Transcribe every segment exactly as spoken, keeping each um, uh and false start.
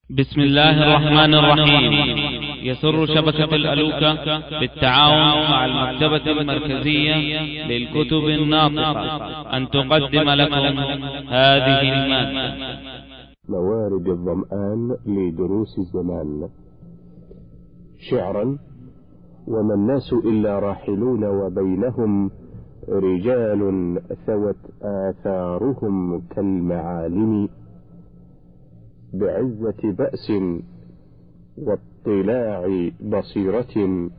بسم الله الرحمن الرحيم. يسر شبكة الألوكة بالتعاون مع المكتبة المركزية للكتب الناطقة أن تقدم لكم هذه المادة. موارد الظمآن لدروس الزمان. شعرا: وما الناس إلا راحلون وبينهم رجال ثوت آثارهم كالمعالم، بعزة بأس واطلاع بصيرة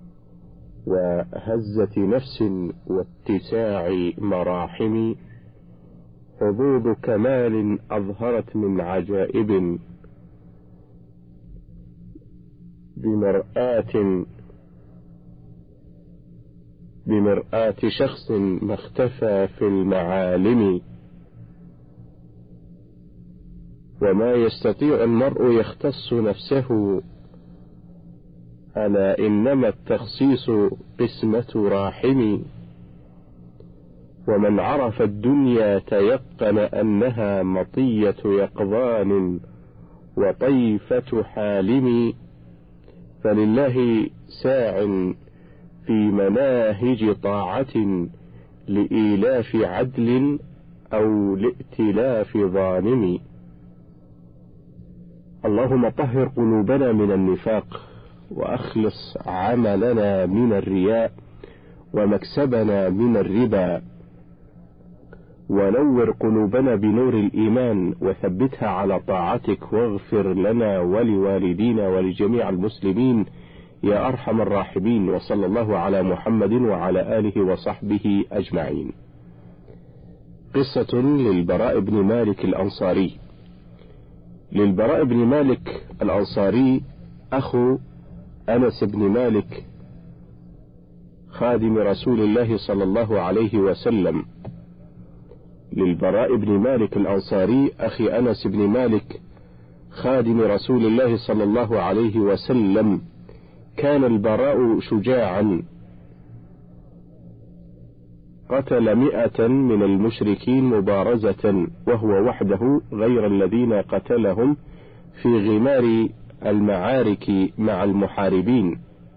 وهزة نفس واتساع مراحم، حظوظ كمال أظهرت من عجائب بمرآة بمرآة شخص ما اختفى في المعالم، وما يستطيع المرء يختص نفسه، ألا إنما التخصيص قسمة راحم، ومن عرف الدنيا تيقن أنها مطية يقظان وطيفة حالم، فلله ساع في مناهج طاعة لإيلاف عدل أو لائتلاف ظالم. اللهم طهر قلوبنا من النفاق، وأخلص عملنا من الرياء، ومكسبنا من الربا، ونور قلوبنا بنور الإيمان، وثبتها على طاعتك، واغفر لنا ولوالدينا ولجميع المسلمين يا أرحم الراحمين. وصلى الله على محمد وعلى آله وصحبه أجمعين. قصة للبراء بن مالك الأنصاري. للبراء بن مالك الأنصاري أخو أنس بن مالك خادم رسول الله صلى الله عليه وسلم. للبراء بن مالك الأنصاري أخي أنس بن مالك خادم رسول الله صلى الله عليه وسلم، كان البراء شجاعا، قتل مئة من المشركين مبارزة وهو وحده، غير الذين قتلهم في غمار المعارك مع المحاربين.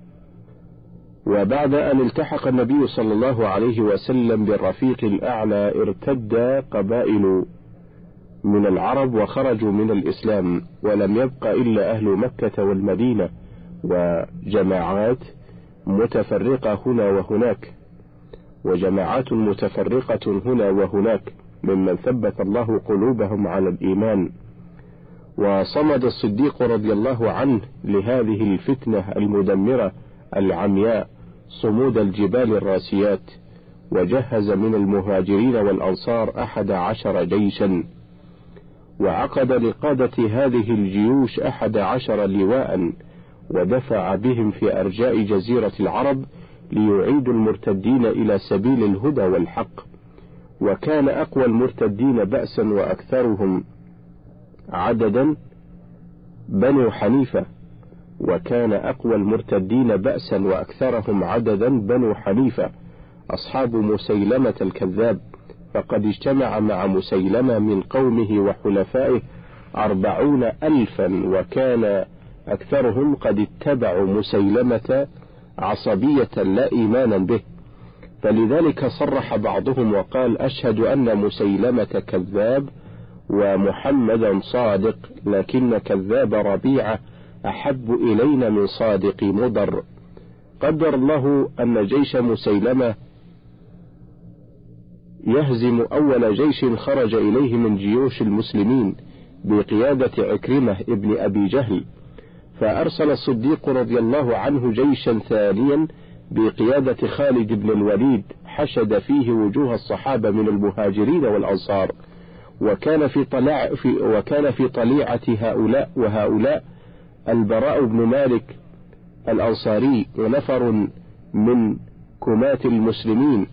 وبعد أن التحق النبي صلى الله عليه وسلم بالرفيق الأعلى، ارتد قبائل من العرب وخرجوا من الإسلام، ولم يبق إلا أهل مكة والمدينة، وجماعات متفرقة هنا وهناك وجماعات متفرقة هنا وهناك ممن ثبت الله قلوبهم على الإيمان. وصمد الصديق رضي الله عنه لهذه الفتنة المدمرة العمياء صمود الجبال الراسيات، وجهز من المهاجرين والأنصار أحد عشر جيشا، وعقد لقادة هذه الجيوش أحد عشر لواء، ودفع بهم في أرجاء جزيرة العرب ليعيدوا المرتدين إلى سبيل الهدى والحق. وكان أقوى المرتدين بأسا وأكثرهم عددا بنو حنيفة وكان أقوى المرتدين بأسا وأكثرهم عددا بنو حنيفة أصحاب مسيلمة الكذاب، فقد اجتمع مع مسيلمة من قومه وحلفائه أربعون ألفا، وكان أكثرهم قد اتبعوا مسيلمة عصبية لا إيمانا به، فلذلك صرح بعضهم وقال: أشهد أن مسيلمة كذاب ومحمدا صادق، لكن كذاب ربيعة أحب إلينا من صادق مضر. قدر الله أن جيش مسيلمة يهزم أول جيش خرج إليه من جيوش المسلمين بقيادة عكرمة ابن أبي جهل، فأرسل الصديق رضي الله عنه جيشا ثانيا بقيادة خالد بن الوليد، حشد فيه وجوه الصحابة من المهاجرين والأنصار، وكان في طلع في وكان في طليعة هؤلاء وهؤلاء البراء بن مالك الأنصاري ونفر من كماة المسلمين.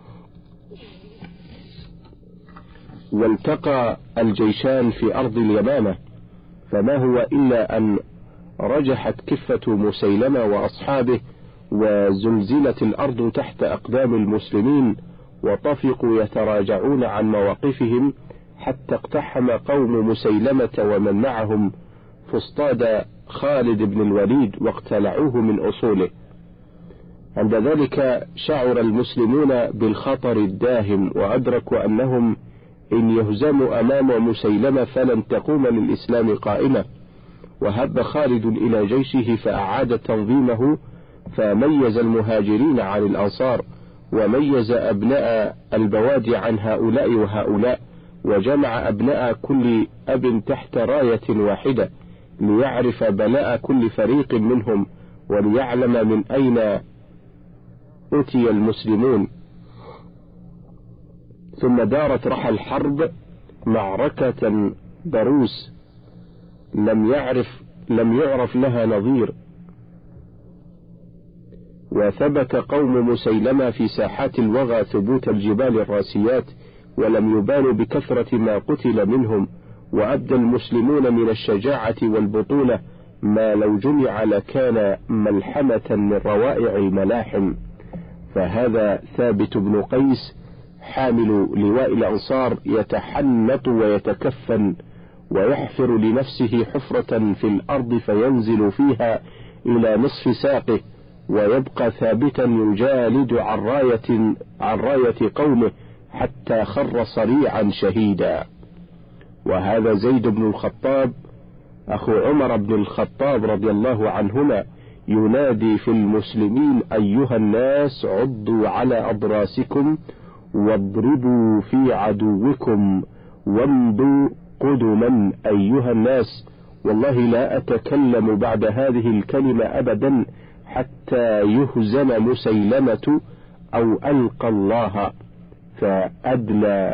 والتقى الجيشان في أرض اليمامة، فما هو إلا أن رجحت كفة مسيلمة وأصحابه، وزلزلت الأرض تحت أقدام المسلمين، وطفقوا يتراجعون عن مواقفهم، حتى اقتحم قوم مسيلمة ومن معهم فاصطاد خالد بن الوليد واقتلعوه من أصوله. عند ذلك شعر المسلمون بالخطر الداهم، وأدركوا أنهم إن يهزموا أمام مسيلمة فلن تقوم للإسلام قائمة. وهب خالد إلى جيشه فأعاد تنظيمه، فميز المهاجرين عن الأنصار، وميز أبناء البوادي عن هؤلاء وهؤلاء، وجمع أبناء كل أب تحت راية واحدة، ليعرف بلاء كل فريق منهم، وليعلم من أين أتي المسلمون. ثم دارت رحى الحرب معركة ضروس لم يعرف لم يعرف لها نظير، وثبت قوم مسيلمة في ساحات الوغى ثبوت الجبال الراسيات، ولم يبالوا بكثرة ما قتل منهم، وأبدى المسلمون من الشجاعة والبطولة ما لو جمع لكان ملحمة من روائع الملاحم. فهذا ثابت بن قيس حامل لواء الأنصار يتحنط ويتكفن ويحفر لنفسه حفرة في الأرض فينزل فيها إلى نصف ساقه، ويبقى ثابتا يجالد عن راية, عن راية قومه حتى خر صريعا شهيدا. وهذا زيد بن الخطاب أخو عمر بن الخطاب رضي الله عنهما ينادي في المسلمين: أيها الناس عضوا على أضراسكم واضربوا في عدوكم وامضوا قدما. أيها الناس، والله لا أتكلم بعد هذه الكلمة أبدا حتى يهزم مسيلمة أو ألقى الله فأدلى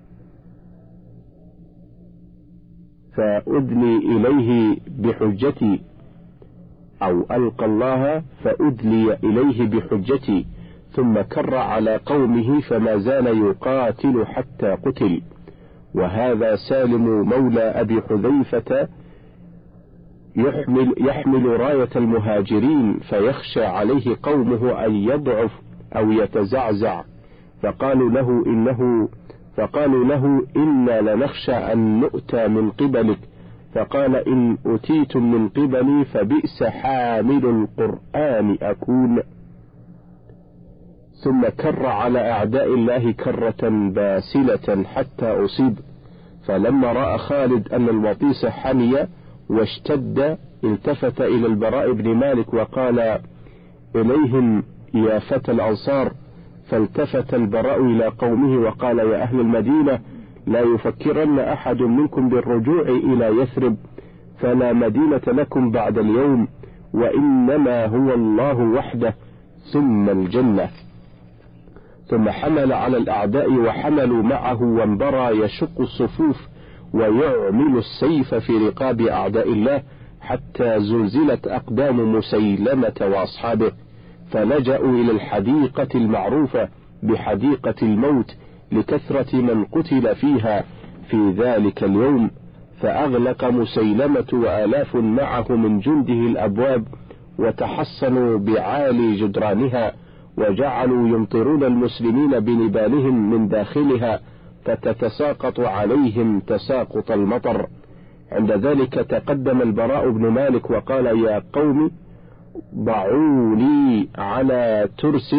فأدلي إليه بحجتي أو ألقى الله فأدلي إليه بحجتي. ثم كر على قومه فما زال يقاتل حتى قتل. وهذا سالم مولى أبي حذيفة يحمل, يحمل راية المهاجرين، فيخشى عليه قومه أن يضعف أو يتزعزع، فقالوا له إنه فقالوا له إنا لنخشى أن نؤتى من قبلك، فقال: إن أتيتم من قبلي فبئس حامل القرآن أكون. ثم كر على أعداء الله كرة باسلة حتى أصيب. فلما رأى خالد أن الوطيس حمي واشتد التفت إلى البراء بن مالك وقال: إليهم يا فتى الأنصار. فالتفت البراء إلى قومه وقال: يا أهل المدينة، لا يفكرن أحد منكم بالرجوع إلى يثرب، فلا مدينة لكم بعد اليوم، وإنما هو الله وحده ثم الجنة. ثم حمل على الأعداء وحملوا معه وانبرى يشق الصفوف ويعمل السيف في رقاب أعداء الله حتى زلزلت أقدام مسيلمة وأصحابه، فلجأوا إلى الحديقة المعروفة بحديقة الموت لكثرة من قتل فيها في ذلك اليوم. فأغلق مسيلمة وآلاف معه من جنده الأبواب، وتحصنوا بعالي جدرانها، وجعلوا يمطرون المسلمين بنبالهم من داخلها، فتتساقط عليهم تساقط المطر. عند ذلك تقدم البراء بن مالك وقال: يا قوم، ضعوا لي على ترس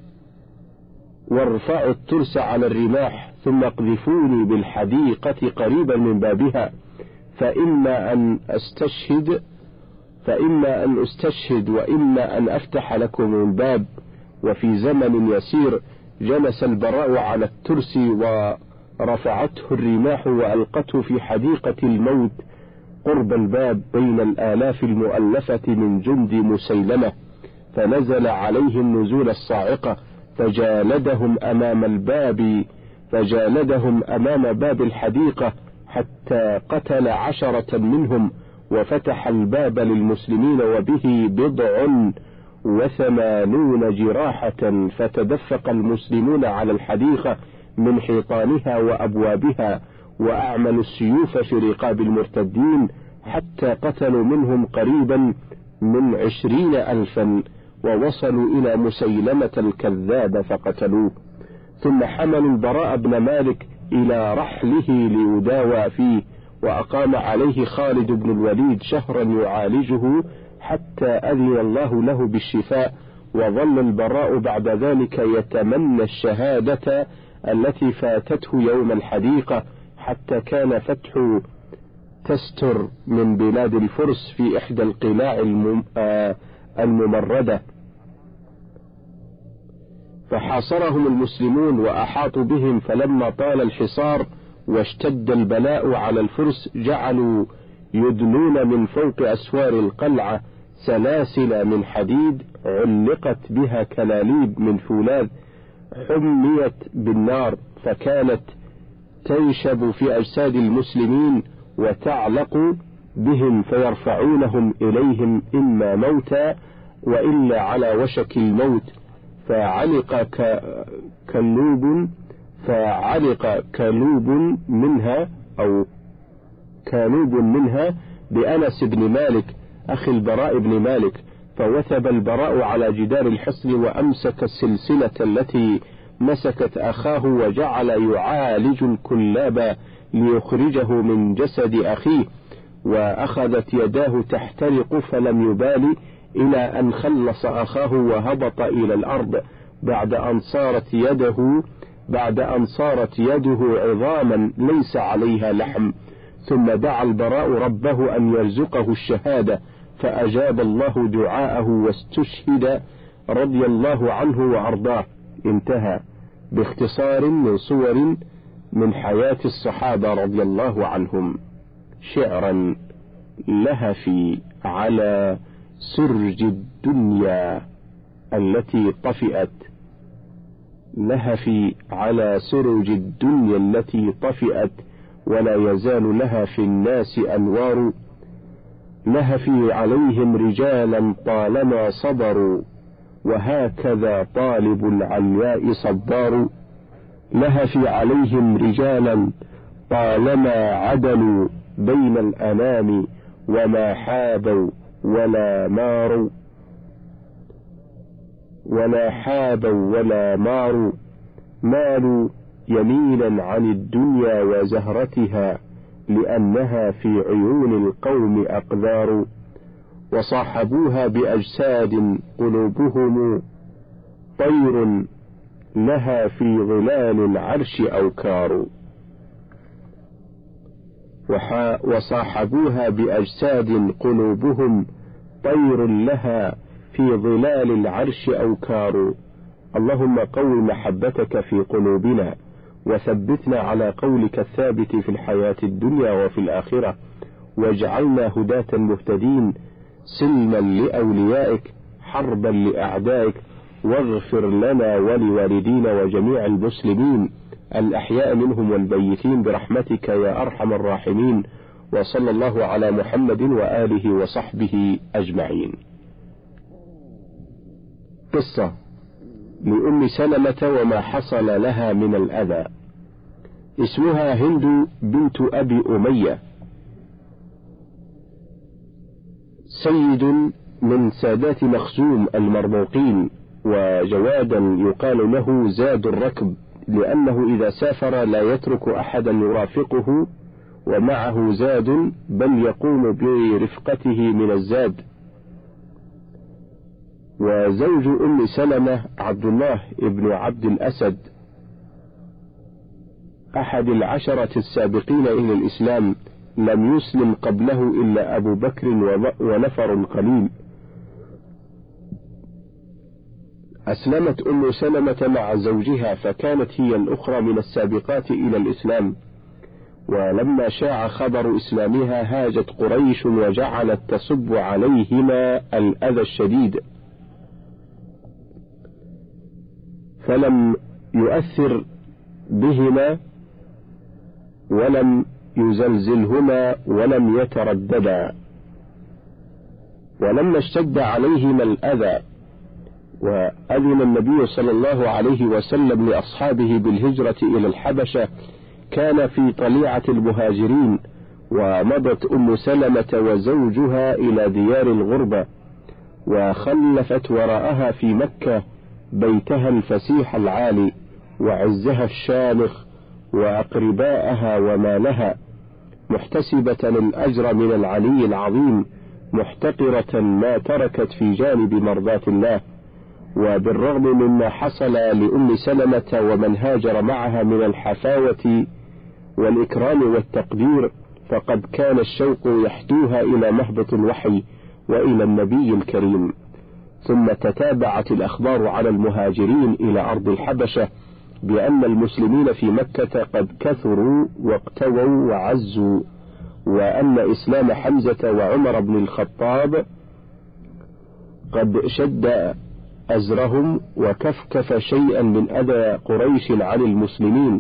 وارفعوا الترس على الرماح، ثم اقذفوني بالحديقة قريبا من بابها، فإما أن أستشهد فإما أن أستشهد وإما أن أفتح لكم الباب. وفي زمن يسير جلس البراء على الترس ورفعته الرماح وألقته في حديقة الموت قرب الباب بين الآلاف المؤلفة من جند مسيلمة، فنزل عليهم نزول الصاعقة، فجالدهم أمام الباب فجالدهم أمام باب الحديقة حتى قتل عشرة منهم، وفتح الباب للمسلمين وبه بضع وثمانون جراحة، فتدفق المسلمون على الحديقة من حيطانها وأبوابها، وأعملوا السيوف في رقاب المرتدين حتى قتلوا منهم قريبا من عشرين ألفا، ووصلوا إلى مسيلمة الكذاب فقتلوه. ثم حملوا البراء بن مالك إلى رحله ليداوى فيه، وأقام عليه خالد بن الوليد شهرا يعالجه حتى أذن الله له بالشفاء، وظل البراء بعد ذلك يتمنى الشهادة التي فاتته يوم الحديقة، حتى كان فتح تستر من بلاد الفرس في إحدى القلاع الممردة، فحاصرهم المسلمون وأحاطوا بهم، فلما طال الحصار واشتد البلاء على الفرس جعلوا يدنون من فوق أسوار القلعة سلاسل من حديد علقت بها كلاليب من فولاذ حميت بالنار، فكانت تنشب في أجساد المسلمين وتعلق بهم، فيرفعونهم إليهم إما موتى وإلا على وشك الموت. فعلق كلوب فعلق كلوب منها أو كلوب منها بأنس بن مالك أخي البراء بن مالك، فوثب البراء على جدار الحصن وأمسك السلسلة التي مسكت أخاه، وجعل يعالج الكلاب ليخرجه من جسد أخيه، وأخذت يداه تحترق فلم يبالي إلى أن خلص أخاه وهبط إلى الأرض بعد أن صارت يده بعد أن صارت يده عظاما ليس عليها لحم. ثم دعا البراء ربه أن يرزقه الشهادة، فأجاب الله دعاءه واستشهد رضي الله عنه وأرضاه. انتهى باختصار من صور من حياة الصحابة رضي الله عنهم. شعرا لهفي على سرج الدنيا التي طفئت لهفي على سرج الدنيا التي طفئت ولا يزال لها في الناس أنوار، لهفي عليهم رجالا طالما صبروا وهكذا طالب العلياء صبار، لهفي عليهم رجالا طالما عدلوا بين الأنام وما حابوا ولا ماروا ولا حابوا ولا ماروا، مالوا يمينا عن الدنيا وزهرتها لأنها في عيون القوم أقذار، وصاحبوها بأجساد قلوبهم طير لها في ظلال العرش أوكار، وصاحبوها بأجساد قلوبهم طير لها في ظلال العرش أوكار. اللهم قو محبتك في قلوبنا وثبتنا على قولك الثابت في الحياة الدنيا وفي الآخرة، واجعلنا هداة مهتدين سلما لأوليائك حربا لأعدائك، واغفر لنا ولوالدينا وجميع المسلمين الأحياء منهم والميتين برحمتك يا أرحم الراحمين. وصلى الله على محمد وآله وصحبه أجمعين. قصة لأم سلمة وما حصل لها من الأذى. اسمها هند بنت أبي أمية، سيد من سادات مخزوم المرموقين، وجوادا يقال له زاد الركب، لأنه إذا سافر لا يترك أحدا يرافقه ومعه زاد، بل يقوم برفقته من الزاد. وزوج أم سلمة عبد الله ابن عبد الأسد أحد العشرة السابقين إلى الإسلام، لم يسلم قبله إلا أبو بكر ونفر قليل. أسلمت أم سلمة مع زوجها، فكانت هي الأخرى من السابقات إلى الإسلام. ولما شاع خبر إسلامها هاجت قريش وجعلت تصب عليهما الأذى الشديد، فلم يؤثر بهما ولم يزلزلهما ولم يترددا. ولما اشتد عليهما الأذى وأذن النبي صلى الله عليه وسلم لأصحابه بالهجرة إلى الحبشة، كان في طليعة المهاجرين، ومضت أم سلمة وزوجها إلى ديار الغربة، وخلفت وراءها في مكة بيتها الفسيح العالي وعزها الشامخ وأقرباءها ومالها، محتسبة الأجر من العلي العظيم، محتقرة ما تركت في جانب مرضاة الله. وبالرغم مما حصل لأم سلمة ومن هاجر معها من الحفاوة والإكرام والتقدير، فقد كان الشوق يحدوها إلى مهبط الوحي وإلى النبي الكريم. ثم تتابعت الأخبار على المهاجرين إلى أرض الحبشة بأن المسلمين في مكة قد كثروا واقتووا وعزوا، وأن إسلام حمزة وعمر بن الخطاب قد شد أزرهم وكفكف شيئا من أذى قريش عن المسلمين.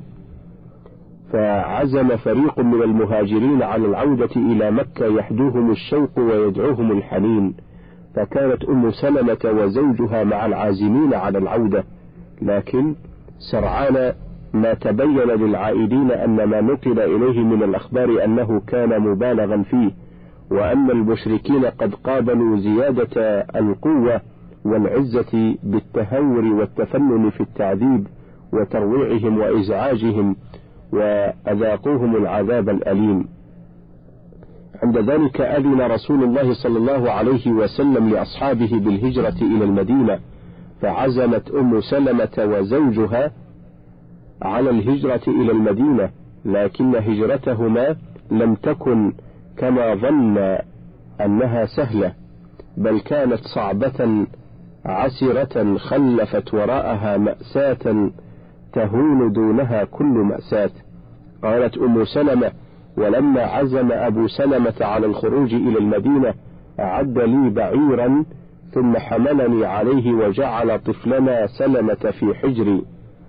فعزم فريق من المهاجرين على العودة إلى مكة يحدوهم الشوق ويدعوهم الحنين، فكانت أم سلمة وزوجها مع العازمين على العودة، لكن سرعان ما تبين للعائدين أن ما نقل إليه من الأخبار أنه كان مبالغا فيه، وأن المشركين قد قابلوا زيادة القوة والعزة بالتهور والتفنن في التعذيب وترويعهم وإزعاجهم، وأذاقوهم العذاب الأليم. عند ذلك أذن رسول الله صلى الله عليه وسلم لأصحابه بالهجرة إلى المدينة، فعزمت أم سلمة وزوجها على الهجرة إلى المدينة، لكن هجرتهما لم تكن كما ظن أنها سهلة، بل كانت صعبة عسرة خلفت وراءها مأساة تهون دونها كل مأساة. قالت أم سلمة: ولما عزم أبو سلمة على الخروج إلى المدينة أعد لي بعيرا ثم حملني عليه وجعل طفلنا سلمة في حجري،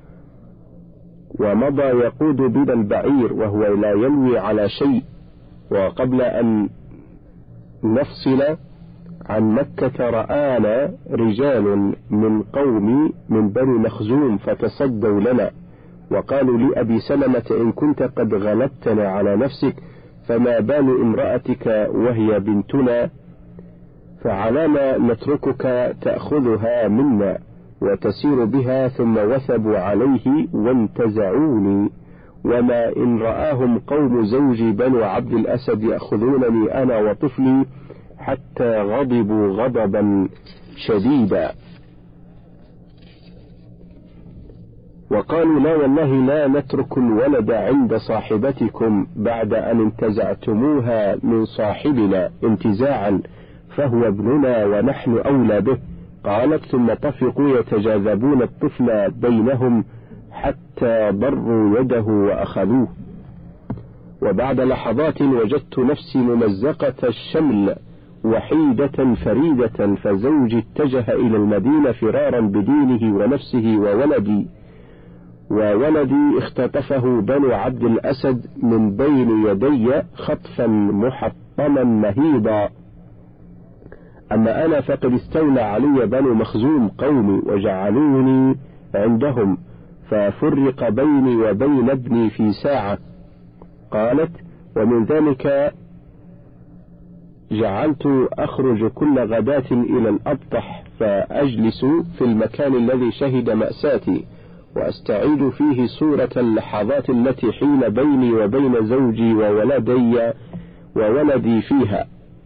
ومضى يقود بنا البعير وهو لا يلوي على شيء. وقبل أن نفصل عن مكة رآنا رجال من قومي من بني مخزوم فتصدوا لنا، وقالوا لأبي سلمة: إن كنت قد غلبتنا على نفسك فما بال امرأتك وهي بنتنا، فعلام نتركك تأخذها منا وتسير بها. ثم وثبوا عليه وانتزعوني، وما إن رآهم قوم زوجي بنو عبد الأسد يأخذونني أنا وطفلي حتى غضبوا غضبا شديدا، وقالوا: لا والله لا نترك الولد عند صاحبتكم بعد أن انتزعتموها من صاحبنا انتزاعا، فهو ابننا ونحن أولى به. قالت: ثم طفقوا يتجاذبون الطفل بينهم حتى ضروا يده وأخذوه. وبعد لحظات وجدت نفسي ممزقة الشمل وحيدة فريدة، فزوجي اتجه إلى المدينة فرارا بدينه ونفسه وولدي، وولدي اختطفه بنو عبد الأسد من بين يدي خطفا محطما مهيبا. أما أنا فقد استولى علي بنو مخزوم قومي وجعلوني عندهم، ففرق بيني وبين ابني في ساعة. قالت: ومن ذلك جعلت أخرج كل غداة إلى الأبطح فأجلس في المكان الذي شهد مأساتي، وأستعيد فيه صورة اللحظات التي حيل بيني وبين زوجي وولدي وولدي فيها،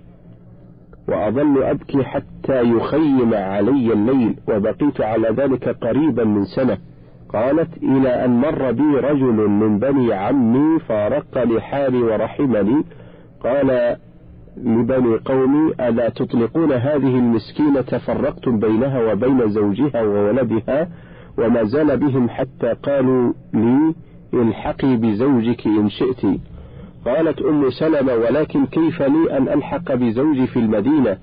وأظل أبكي حتى يخيم علي الليل، وبقيت على ذلك قريبا من سنة. قالت: إلى أن مر بي رجل من بني عمي فارق لحالي ورحمني، قال لبني قومي: ألا تطلقون هذه المسكينة؟ فرقتم بينها وبين زوجها وولدها، وما زال بهم حتى قالوا لي: الحقي بزوجك إن شئت. قالت أم سلمة: ولكن كيف لي أن ألحق بزوجي في المدينة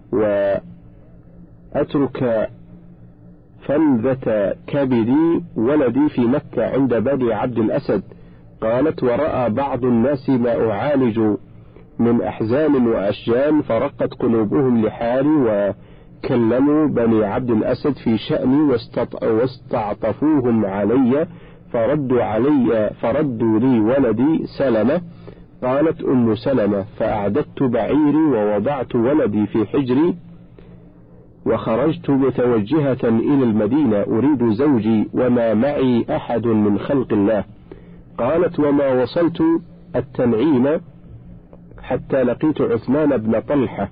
وأترك فلذة كبدي ولدي في مكة عند بني عبد الأسد؟ قالت: ورأى بعض الناس ما أعالج من أحزان وأشجان فرقت قلوبهم لحالي، وكلموا بني عبد الأسد في شأني واستعطفوهم علي فردوا علي فردوا لي ولدي سلمة. قالت أم سلمة: فأعددت بعيري ووضعت ولدي في حجري وخرجت متوجهة إلى المدينة أريد زوجي وما معي أحد من خلق الله. قالت: وما وصلت التنعيم حتى لقيت عثمان بن طلحة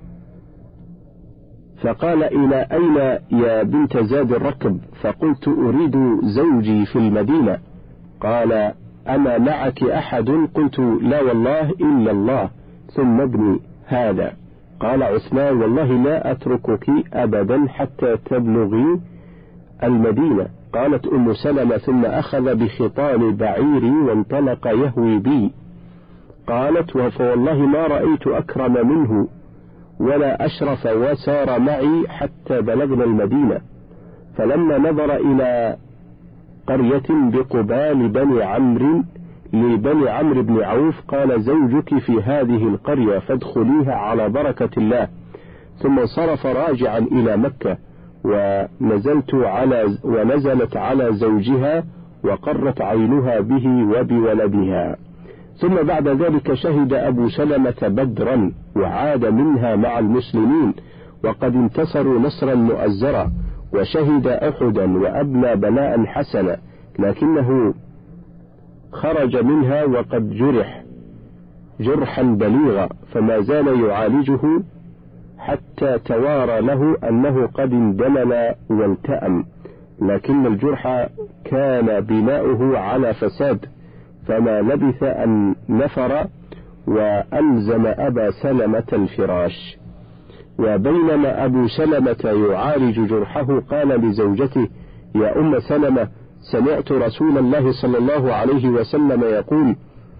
فقال: إلى أين يا بنت زاد الركب؟ فقلت: أريد زوجي في المدينة. قال: أما معك أحد؟ قلت: لا والله إلا الله، ثم ابني هذا. قال عثمان: والله لا أتركك أبدا حتى تبلغي المدينة. قالت أم سلمة: ثم أخذ بخطام بعيري وانطلق يهوي بي. قالت: فوالله ما رأيت أكرم منه ولا أشرف، وسار معي حتى بلغنا المدينة. فلما نظر إلى قرية بقبال بني عمرو لبني عمرو بن عوف قال: زوجك في هذه القرية فادخليها على بركة الله. ثم انصرف راجعا إلى مكة، ونزلت على ونزلت على زوجها وقرت عينها به وبولدها. ثم بعد ذلك شهد أبو سلمة بدرا وعاد منها مع المسلمين، وقد انتصروا نصرا مؤزرا، وشهد أحدا وأبلى بلاء حسنا، لكنه خرج منها وقد جرح جرحا بليغا، فما زال يعالجه حتى توارى له أنه قد اندمل والتأم، لكن الجرح كان بناؤه على فساد، فما لبث أن نفر وألزم أبا سلمة الفراش. وبينما أبو سلمة يعالج جرحه قال لزوجته: يا أم سلمة، سمعت رسول الله صلى الله عليه وسلم يقول: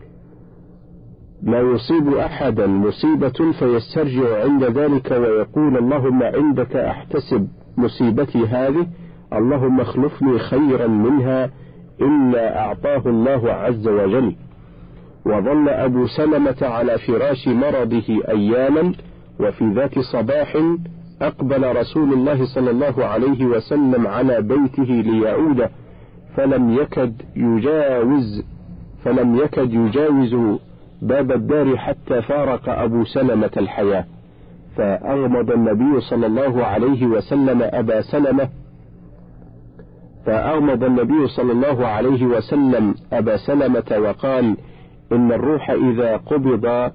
لا يصيب أحدا مصيبة فيسترجع عند ذلك ويقول: اللهم عندك أحتسب مصيبتي هذه، اللهم اخلفني خيرا منها، إلا أعطاه الله عز وجل. وظل أبو سلمة على فراش مرضه أياما، وفي ذات صباح أقبل رسول الله صلى الله عليه وسلم على بيته ليعود، فلم يكد يجاوز فلم يكد يجاوز باب الدار حتى فارق أبو سلمة الحياة، فأغمض النبي صلى الله عليه وسلم أبا سلمة فأغمض النبي صلى الله عليه وسلم أبا سلمة وقال: إن الروح إذا قبض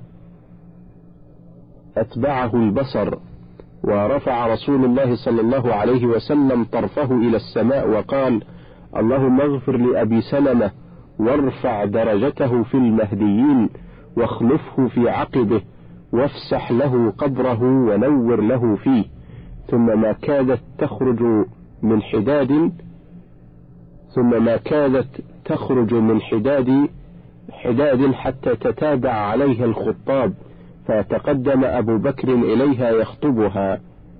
أتبعه البصر. ورفع رسول الله صلى الله عليه وسلم طرفه إلى السماء وقال: اللهم اغفر لأبي سلمة وارفع درجته في المهديين، واخلفه في عقبه، وافسح له قبره ونور له فيه. ثم ما كادت تخرج من حداد ثم ما كادت تخرج من حداد حداد حتى تتابع عليها الخطاب، فتقدم أبو بكر إليها يخطبها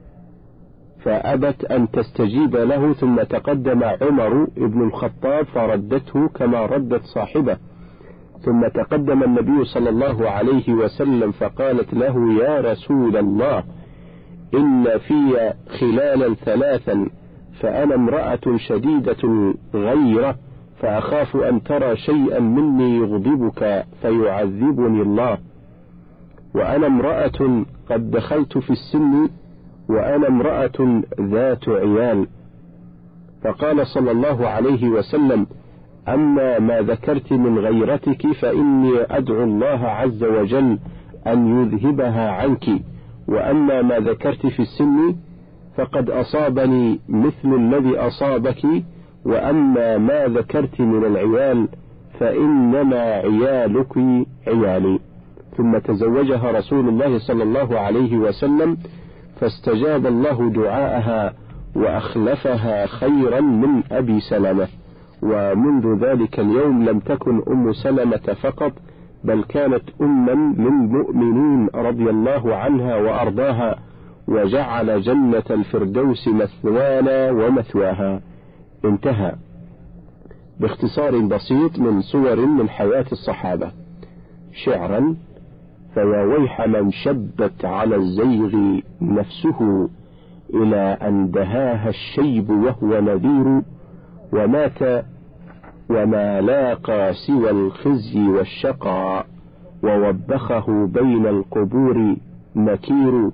فأبت أن تستجيب له، ثم تقدم عمر بن الخطاب فردته كما ردت صاحبه، ثم تقدم النبي صلى الله عليه وسلم فقالت له: يا رسول الله، إن في خلالا ثلاثا، فأنا امرأة شديدة غيرة، فأخاف أن ترى شيئا مني يغضبك فيعذبني الله، وأنا امرأة قد دخلت في السن، وأنا امرأة ذات عيال. فقال صلى الله عليه وسلم: أما ما ذكرت من غيرتك فإني أدعو الله عز وجل أن يذهبها عنك، وأما ما ذكرت في السن فقد أصابني مثل الذي أصابك، وأما ما ذكرت من العيال فإنما عيالك عيالي. ثم تزوجها رسول الله صلى الله عليه وسلم، فاستجاب الله دعاءها وأخلفها خيرا من أبي سلمة. ومنذ ذلك اليوم لم تكن أم سلمة فقط، بل كانت أما للمؤمنين رضي الله عنها وأرضاها، وجعل جنة الفردوس مثوانا ومثواها. انتهى. باختصار بسيط من صور من حياة الصحابة. شعرا: فيا ويح من شبت على الزيغ نفسه، إلى أن دهاها الشيب وهو نذير، ومات وما لاقى سوى الخزي والشقاء، ووبخه بين القبور نكير،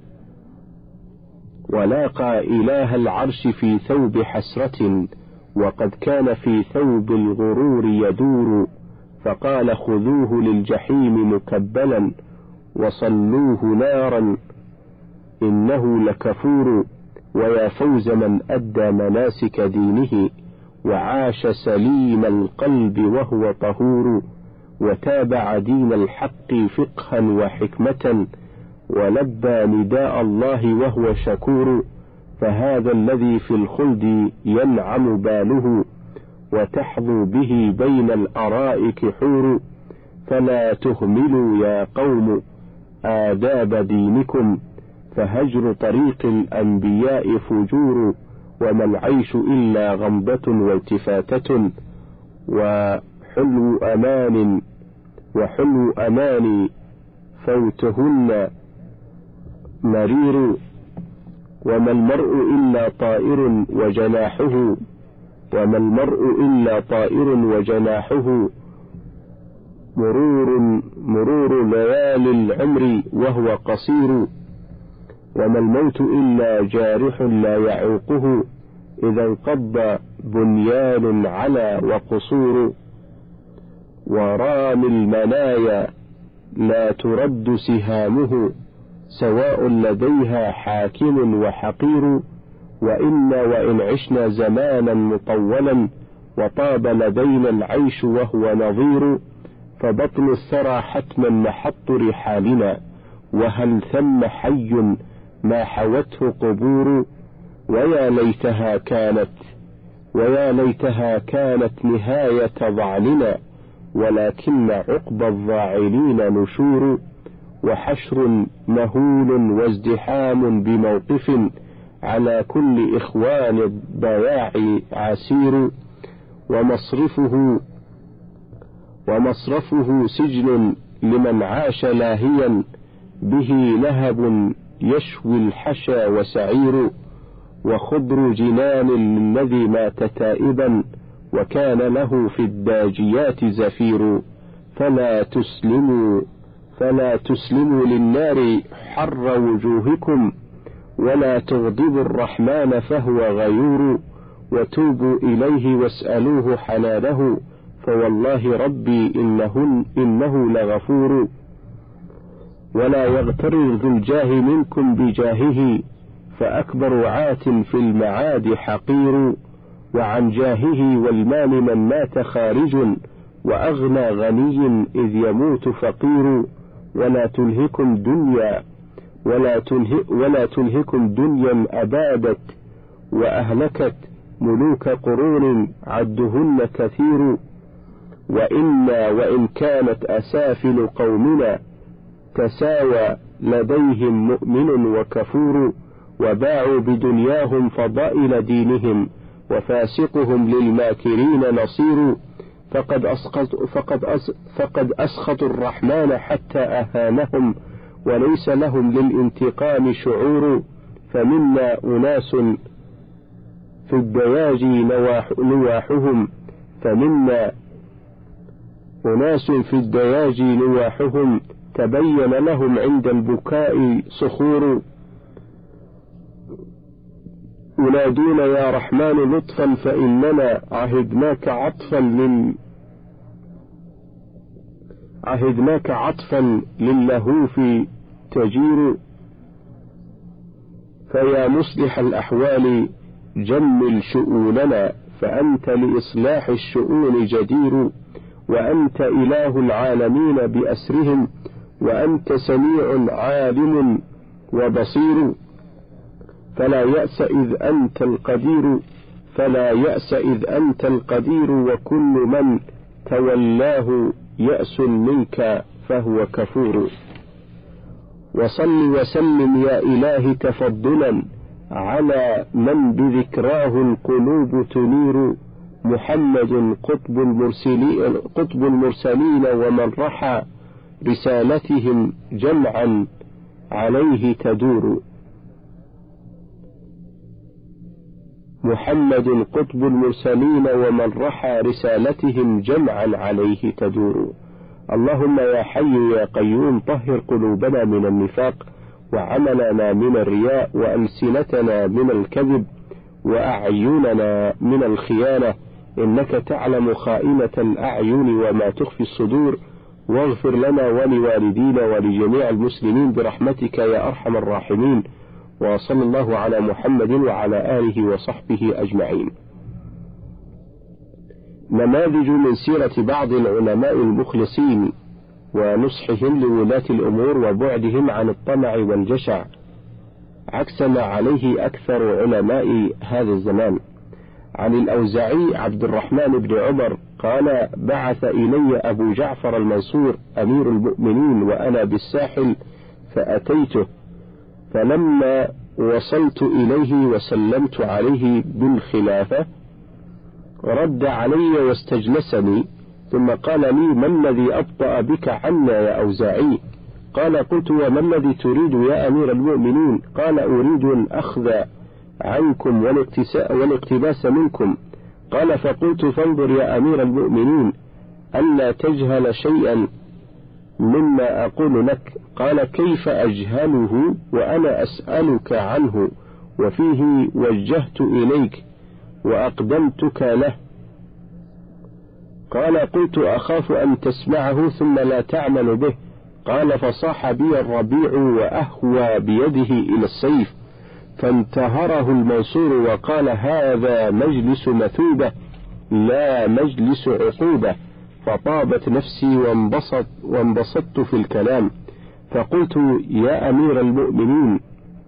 ولاقى إله العرش في ثوب حسرة، وقد كان في ثوب الغرور يدور، فقال: خذوه للجحيم مكبلا، وصلوه نارا إنه لكفور. ويا فوز من أدى مناسك دينه وعاش سليم القلب وهو طهور، وتابع دين الحق فقها وحكمة، ولبى نداء الله وهو شكور. فهذا الذي في الخلد ينعم باله، وتحظو به بين الأرائك حور. فلا تهملوا يا قوم آداب دينكم، فهجر طريق الأنبياء فجور. وما العيش إلا غمضة والتفاتة، وحلو أمان وحلو أماني فوتهن مرير. وما المرء إلا طائر وجناحه وما المرء إلا طائر وجناحه مرور مرور ليالي العمر وهو قصير. وما الموت إلا جارح لا يعوقه إذا انقض بنيان على وقصور. ورام المنايا لا ترد سهامه، سواء لديها حاكم وحقير. وإن وإن عشنا زمانا مطولا وطاب لدينا العيش وهو نظير. فبطن الثرى حتما محط رحالنا، وهل ثم حي ما حوته قبور. ويا ليتها كانت ويا ليتها كانت نهاية ضعلنا، ولكن عقب الضاعلين نشور. وحشر مهول وازدحام بموقف، على كل إخوان الضياع عسير. ومصرفه ومصرفه سجن لمن عاش لاهيا، به لهب يشوي الحشا وسعير. وخضر جنان للذي مات تائبا، وكان له في الداجيات زفير. فلا تسلموا فلا تسلموا للنار حر وجوهكم، ولا تغضبوا الرحمن فهو غيور. وتوبوا إليه واسألوه حلاله، فوالله ربي إنه, إنه لغفور. ولا يغتر ذو الجاه منكم بجاهه، فأكبر عات في المعاد حقير. وعن جاهه والمال من مات خارج، وأغنى غني إذ يموت فقير. ولا تلهكم دنيا ولا, تله ولا تلهكم دنيا أبادت وأهلكت ملوك قرون عدهن كثير. وإنا وإن كانت أسافل قومنا تساوى لديهم مؤمن وكفور. وباعوا بدنياهم فضائل دينهم، وفاسقهم للماكرين نصير. فقد أسخط فقد أس فقد أسخطوا الرحمن حتى أهانهم، وليس لهم للانتقام شعور. فمنا أناس في الدياجي نواح نواحهم فمنا أناس في الدياجي نواحهم تبين لهم عند البكاء صخور. ينادون يا رحمن لطفا، فإننا عهدناك عطفا لل عهدناك عطفا للهوف تجير. فيا مصلح الأحوال جمل شؤوننا، فأنت لإصلاح الشؤون جدير. وأنت إله العالمين بأسرهم، وأنت سميع عالم وبصير. فلا يأس إذ أنت القدير فلا يأس إذ أنت القدير وكل من تولاه يأس منك فهو كفور. وصل وسلم يا إله تفضلا على من بذكراه القلوب تنير. محمد قطب المرسلين, قطب المرسلين ومن رحى رسالتهم جمعا عليه تدور. محمد قطب المرسلين ومن رحى رسالتهم جمعا عليه تدور. اللهم يا حي يا قيوم طهر قلوبنا من النفاق، وعملنا من الرياء، وألسنتنا من الكذب، وأعيننا من الخيانة، إنك تعلم خائنة الأعين وما تخفي الصدور. واغفر لنا ولوالدينا ولجميع المسلمين برحمتك يا أرحم الراحمين. وصلى الله على محمد وعلى آله وصحبه أجمعين. نماذج من سيرة بعض العلماء المخلصين ونصحهم لولاة الأمور وبعدهم عن الطمع والجشع، عكس ما عليه أكثر علماء هذا الزمان. عن الأوزاعي عبد الرحمن بن عمر قال: بعث إلي أبو جعفر المنصور أمير المؤمنين وأنا بالساحل فأتيته، فلما وصلت إليه وسلمت عليه بالخلافة رد علي واستجلسني، ثم قال لي: ما الذي أبطأ بك عنا يا أوزاعي؟ قال: قلت: وما الذي تريد يا أمير المؤمنين؟ قال: أريد الأخذ عنكم والاقتباس منكم. قال: فقلت: فانظر يا أمير المؤمنين ألا تجهل شيئا مما أقول لك. قال: كيف أجهله وأنا أسألك عنه وفيه وجهت إليك وأقدمتك له؟ قال: قلت: أخاف أن تسمعه ثم لا تعمل به. قال: فصاح بي الربيع وأهوى بيده إلى السيف، فانتهره المنصور وقال: هذا مجلس مثوبة لا مجلس عقوبة. فطابت نفسي وانبسط وانبسطت في الكلام، فقلت: يا أمير المؤمنين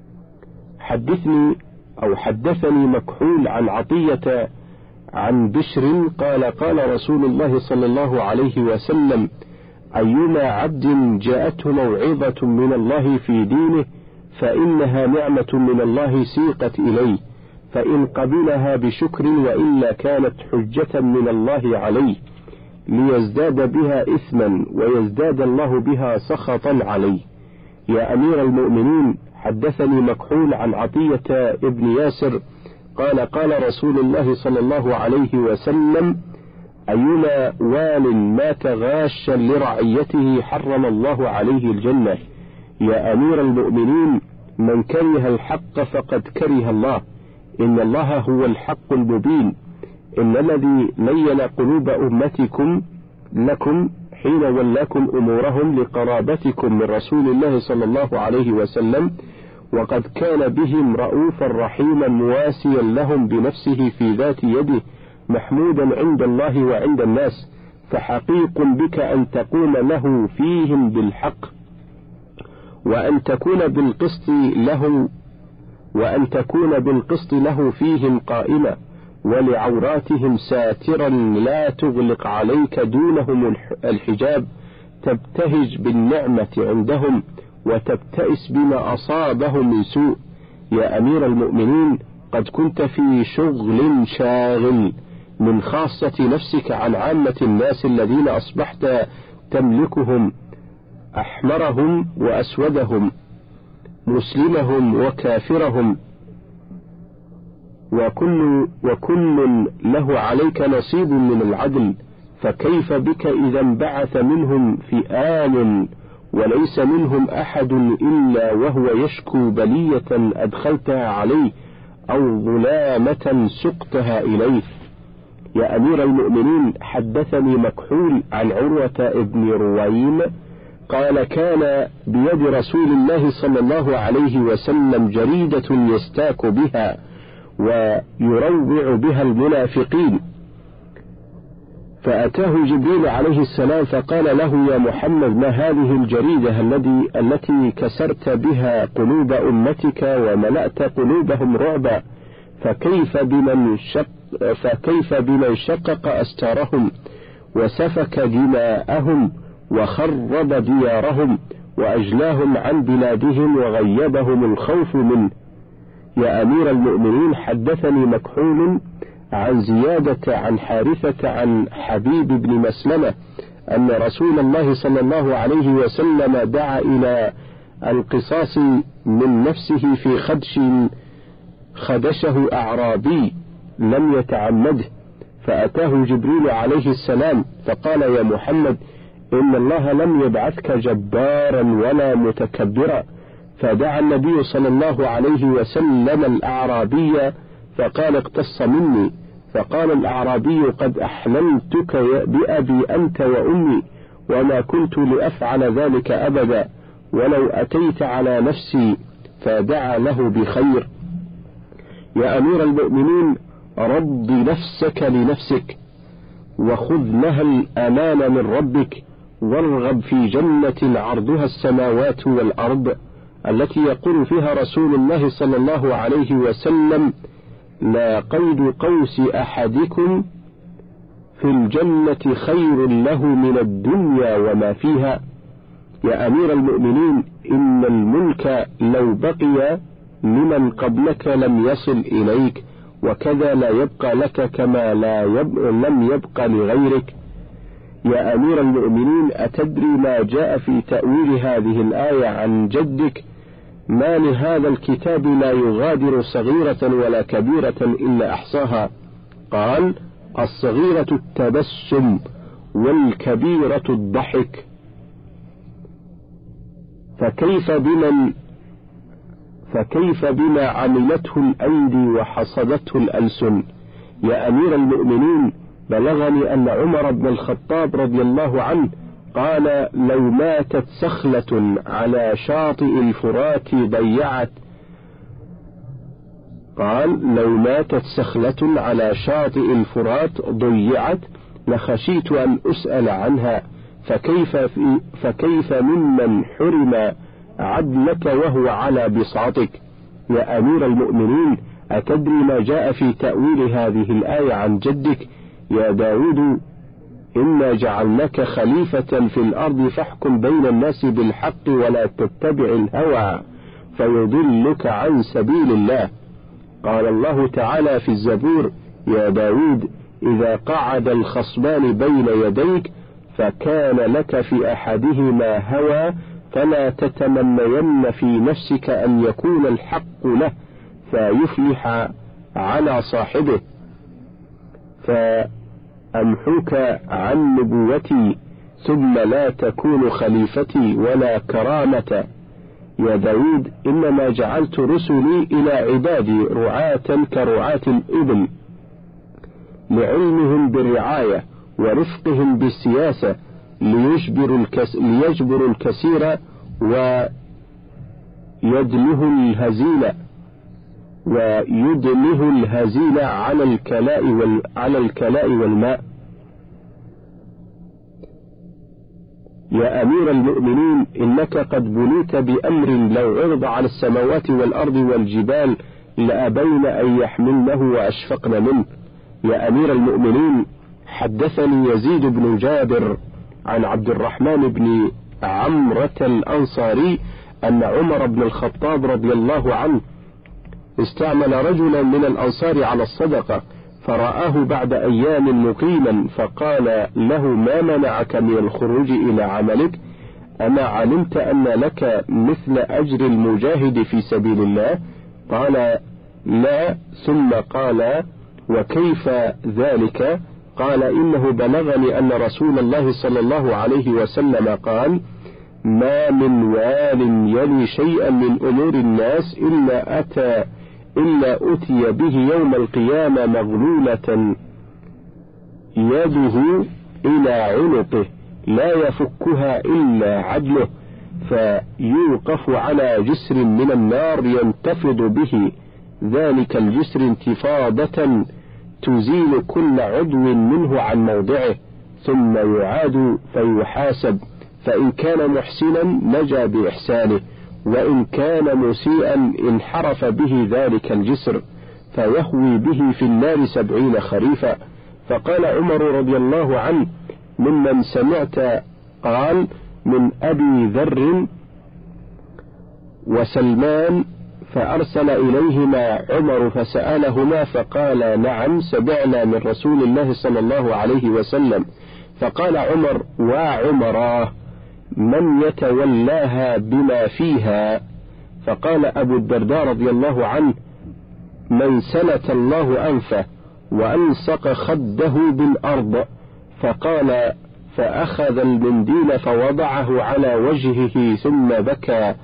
حدثني أو حدثني مكحول عن عطية عن بشر قال: قال رسول الله صلى الله عليه وسلم: أيما عبد جاءته موعظة من الله في دينه فإنها نعمة من الله سيقت إليه، فإن قبلها بشكر وإلا كانت حجة من الله عليه ليزداد بها إثما ويزداد الله بها سخطا عليه. يا أمير المؤمنين حدثني مكحول عن عطية ابن ياسر قال: قال رسول الله صلى الله عليه وسلم: أيما وال مات غاشا لرعيته حرم الله عليه الجنة. يا أمير المؤمنين من كره الحق فقد كره الله، إن الله هو الحق المبين. إن الذي لين قلوب أمتكم لكم حين ولاكم أمورهم لقرابتكم من رسول الله صلى الله عليه وسلم، وقد كان بهم رؤوفا رحيما مواسيا لهم بنفسه في ذات يده، محمودا عند الله وعند الناس، فحقيق بك أن تقوم له فيهم بالحق، وأن تكون بالقسط له وأن تكون بالقسط له فيهم قائما، ولعوراتهم ساترا لا تغلق عليك دونهم الحجاب، تبتهج بالنعمة عندهم وتبتئس بما أصابهم من سوء. يا أمير المؤمنين قد كنت في شغل شاغل من خاصة نفسك عن عامة الناس الذين أصبحت تملكهم، أحمرهم وأسودهم، مسلمهم وكافرهم، وكل, وكل له عليك نصيب من العدل، فكيف بك إذا انبعث منهم فئام وليس منهم أحد إلا وهو يشكو بلية أدخلتها عليه أو ظلامة سقتها إليه. يا أمير المؤمنين حدثني مكحول عن عروة ابن رويم قال: كان بيد رسول الله صلى الله عليه وسلم جريدة يستاك بها ويروع بها المنافقين، فأتاه جبريل عليه السلام فقال له: يا محمد ما هذه الجريدة التي التي كسرت بها قلوب أمتك وملأت قلوبهم رعبا؟ فكيف بمن شق فكيف بمن شقق أستارهم وسفك دماءهم وخرب ديارهم وأجلاهم عن بلادهم وغيبهم الخوف منه. يا أمير المؤمنين حدثني مكحول عن زيادة عن حارثة عن حبيب بن مسلمة أن رسول الله صلى الله عليه وسلم دعا إلى القصاص من نفسه في خدش خدشه أعرابي لم يتعمده، فأتاه جبريل عليه السلام فقال: يا محمد إن الله لم يبعثك جبارا ولا متكبرا. فدعا النبي صلى الله عليه وسلم الأعرابي فقال: اقتص مني. فقال الأعرابي: قد أحللتك بأبي أنت وأمي وما كنت لأفعل ذلك أبدا، ولو أتيت على نفسي فدعا له بخير. يا أمير المؤمنين، رض نفسك لنفسك، وخذ لها الأمان من ربك، وارغب في جنة عرضها السماوات والأرض، التي يقول فيها رسول الله صلى الله عليه وسلم: لا قيد قوس أحدكم في الجنة خير له من الدنيا وما فيها. يا أمير المؤمنين، إن الملك لو بقي لمن قبلك لم يصل إليك، وكذا لا يبقى لك كما لا يب... لم يبقى لغيرك. يا أمير المؤمنين، أتدري ما جاء في تأويل هذه الآية عن جدك؟ ما لهذا الكتاب لا يغادر صغيرة ولا كبيرة إلا أحصاها. قال: الصغيرة التبسم، والكبيرة الضحك. فكيف بمن فكيف بما عملته الأيدي وحصدته الألسن؟ يا أمير المؤمنين، بلغني أن عمر بن الخطاب رضي الله عنه قال: لو ماتت سخلة على شاطئ الفرات ضيعت قال لو ماتت سخلة على شاطئ الفرات ضيعت لخشيت أن أسأل عنها، فكيف, في فكيف ممن حرم عدلك وهو على بساطك؟ يا أمير المؤمنين، أتدري ما جاء في تأويل هذه الآية عن جدك؟ يا داود، إنا جعلناك خليفة في الأرض فاحكم بين الناس بالحق ولا تتبع الهوى فيضلك عن سبيل الله. قال الله تعالى في الزبور: يا داود، إذا قعد الخصمان بين يديك فكان لك في أحدهما هوى فلا تتمنين في نفسك أن يكون الحق له فيفلح على صاحبه، فأمحوك عن نبوتي ثم لا تكون خليفتي ولا كرامة. يا داود، إنما جعلت رسلي إلى عبادي رعاة كرعاة الإبل، لعلمهم بالرعاية ورفقهم بالسياسة، ليجبروا الكس... ليجبروا الكثير ويدله الهزيل ويدله الهزيل على الكلاء وال... على الكلاء والماء. يا أمير المؤمنين، إنك قد بليت بأمر لو عرض على السماوات والأرض والجبال لأبين أن يحملنه وأشفقن منه. يا أمير المؤمنين، حدثني يزيد بن جابر عن عبد الرحمن بن عمرة الأنصاري أن عمر بن الخطاب رضي الله عنه استعمل رجلا من الأنصار على الصدقة، فرآه بعد أيام مقيما، فقال له: ما منعك من الخروج إلى عملك؟ أما علمت أن لك مثل أجر المجاهد في سبيل الله؟ قال: لا. ثم قال: وكيف ذلك؟ قال: إنه بلغني أن رسول الله صلى الله عليه وسلم قال: ما من وال يلي شيئا من أمور الناس إلا أتى إلا أتي به يوم القيامة مغلولة يده إلى عنقه لا يفكها إلا عدله، فيوقف على جسر من النار ينتفض به ذلك الجسر انتفاضة تزيل كل عضو منه عن موضعه، ثم يعاد فيحاسب، فإن كان محسنا نجا بإحسانه، وإن كان مسيئا انحرف به ذلك الجسر فيهوي به في النار سبعين خريفا. فقال عمر رضي الله عنه: ممن سمعت؟ قال: من أبي ذر وسلمان. فأرسل إليهما عمر فسألهما فقال: نعم، سمعنا من رسول الله صلى الله عليه وسلم. فقال عمر: وعمراه، من يتولاها بما فيها؟ فقال أبو الدرداء رضي الله عنه: من سلت الله أنفه وألصق خده بالأرض. فقال: فأخذ المنديل فوضعه على وجهه ثم بكى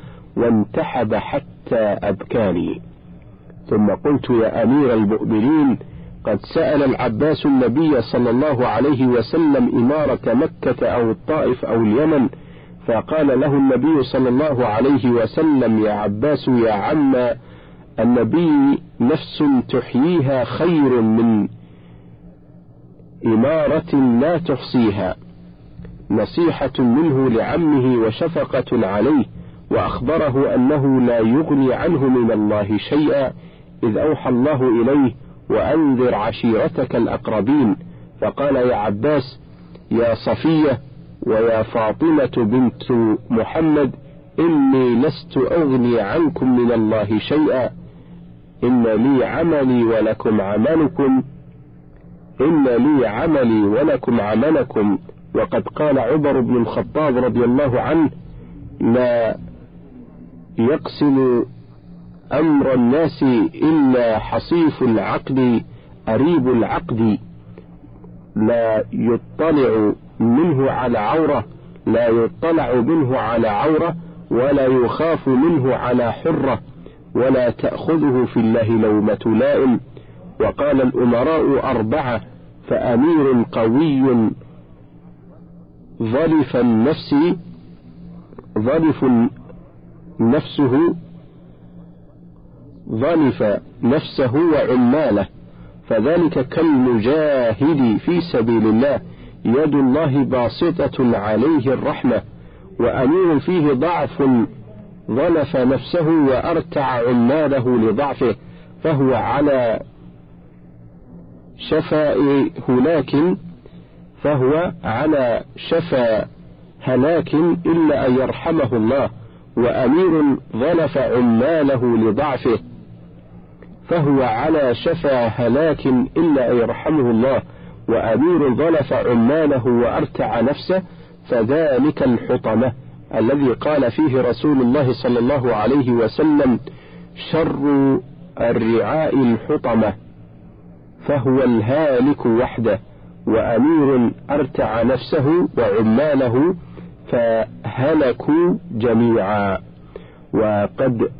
وانتحب حتى أبكاني. ثم قلت: يا أمير المؤمنين، قد سأل العباس النبي صلى الله عليه وسلم إمارة مكة أو الطائف أو اليمن، فقال له النبي صلى الله عليه وسلم: يا عباس يا عم النبي، نفس تحييها خير من إمارة لا تحصيها. نصيحة منه لعمه وشفقة عليه، وأخبره أنه لا يغني عنه من الله شيئا، إذ أوحى الله إليه: وأنذر عشيرتك الأقربين. فقال: يا عباس يا صفية ويا فاطمة بنت محمد، إني لست أغني عنكم من الله شيئا، إن لي عملي ولكم عملكم إن لي عملي ولكم عملكم. وقد قال عمر بن الخطاب رضي الله عنه: لا يقسم أمر الناس إلا حصيف العقد أريب العقد، لا يطلع منه على عورة لا يطلع منه على عورة ولا يخاف منه على حرة، ولا تأخذه في الله لومة لائم. وقال: الأمراء أربعة، فأمير قوي ظلف النفس ظلف نفسه ظلف نفسه وعماله، فذلك كالمجاهد في سبيل الله، يد الله باسطة عليه الرحمة. وأمير فيه ضعف ظلف نفسه وأرتع عماله لضعفه، فهو على شفا هلاك فهو على شفا هلاك إلا أن يرحمه الله. وأمير ظلف عماله لضعفه، فهو على شفا هلاك إلا أن يرحمه الله. وأمير ظلف عماله وأرتع نفسه، فذلك الحطمة الذي قال فيه رسول الله صلى الله عليه وسلم: شر الرعاء الحطمة، فهو الهالك وحده. وأمير أرتع نفسه وعماله فهلكوا جميعا. وقد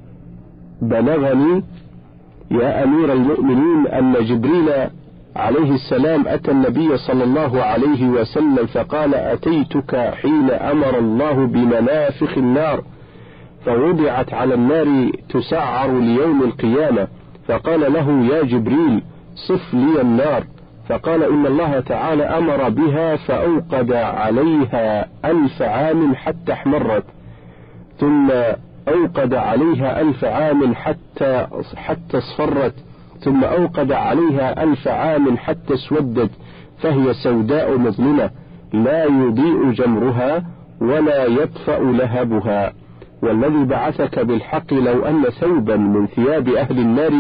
بلغني يا أمير المؤمنين أن جبريل عليه السلام أتى النبي صلى الله عليه وسلم فقال: أتيتك حين أمر الله بمنافخ النار، فوضعت على النار تسعر ليوم القيامة. فقال له: يا جبريل صف لي النار. فقال: إن الله تعالى أمر بها فأوقد عليها ألف عام حتى احمرت، ثم أوقد عليها ألف عام حتى حتى اصفرت، ثم أوقد عليها ألف عام حتى اسودت، فهي سوداء مظلمة لا يضيء جمرها ولا يطفأ لهبها. والذي بعثك بالحق لو أن ثوبا من ثياب أهل النار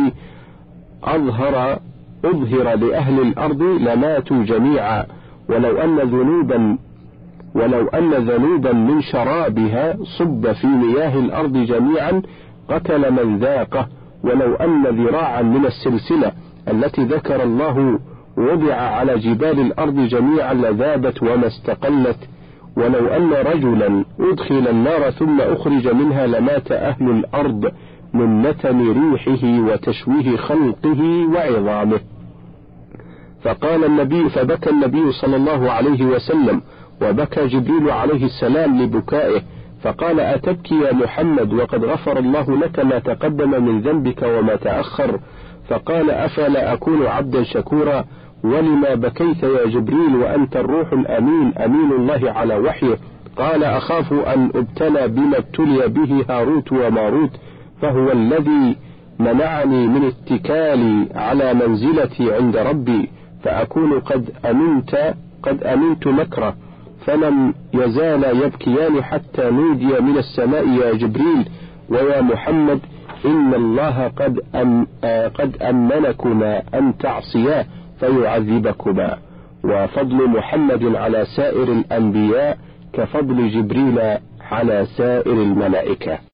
أظهر أظهر لأهل الأرض لماتوا جميعا، ولو أن ذنوبا ولو أن ذنوبا من شرابها صب في مياه الأرض جميعا قتل من ذاقه، ولو أن ذراعا من السلسلة التي ذكر الله وضع على جبال الأرض جميعا لذابت وما استقلت، ولو أن رجلا أدخل النار ثم أخرج منها لمات أهل الأرض من نتن ريحه وتشويه خلقه وعظامه. فقال النبي فبكى النبي صلى الله عليه وسلم، وبكى جبريل عليه السلام لبكائه، فقال: أتبكي يا محمد وقد غفر الله لك ما تقدم من ذنبك وما تأخر؟ فقال: أفلا أكون عبدا شكورا؟ ولما بكيت يا جبريل وأنت الروح الأمين أمين الله على وحيه؟ قال: أخاف أن أبتلى بما ابتلي به هاروت وماروت، فهو الذي منعني من اتكالي على منزلتي عند ربي، فأكون قد أمنت قد أمنت مكره. فلم يزال يبكيان حتى نودي من السماء: يا جبريل ويا محمد، إن الله قد أم قد أمنكما أن تعصياه فيعذبكما. وفضل محمد على سائر الأنبياء كفضل جبريل على سائر الملائكة.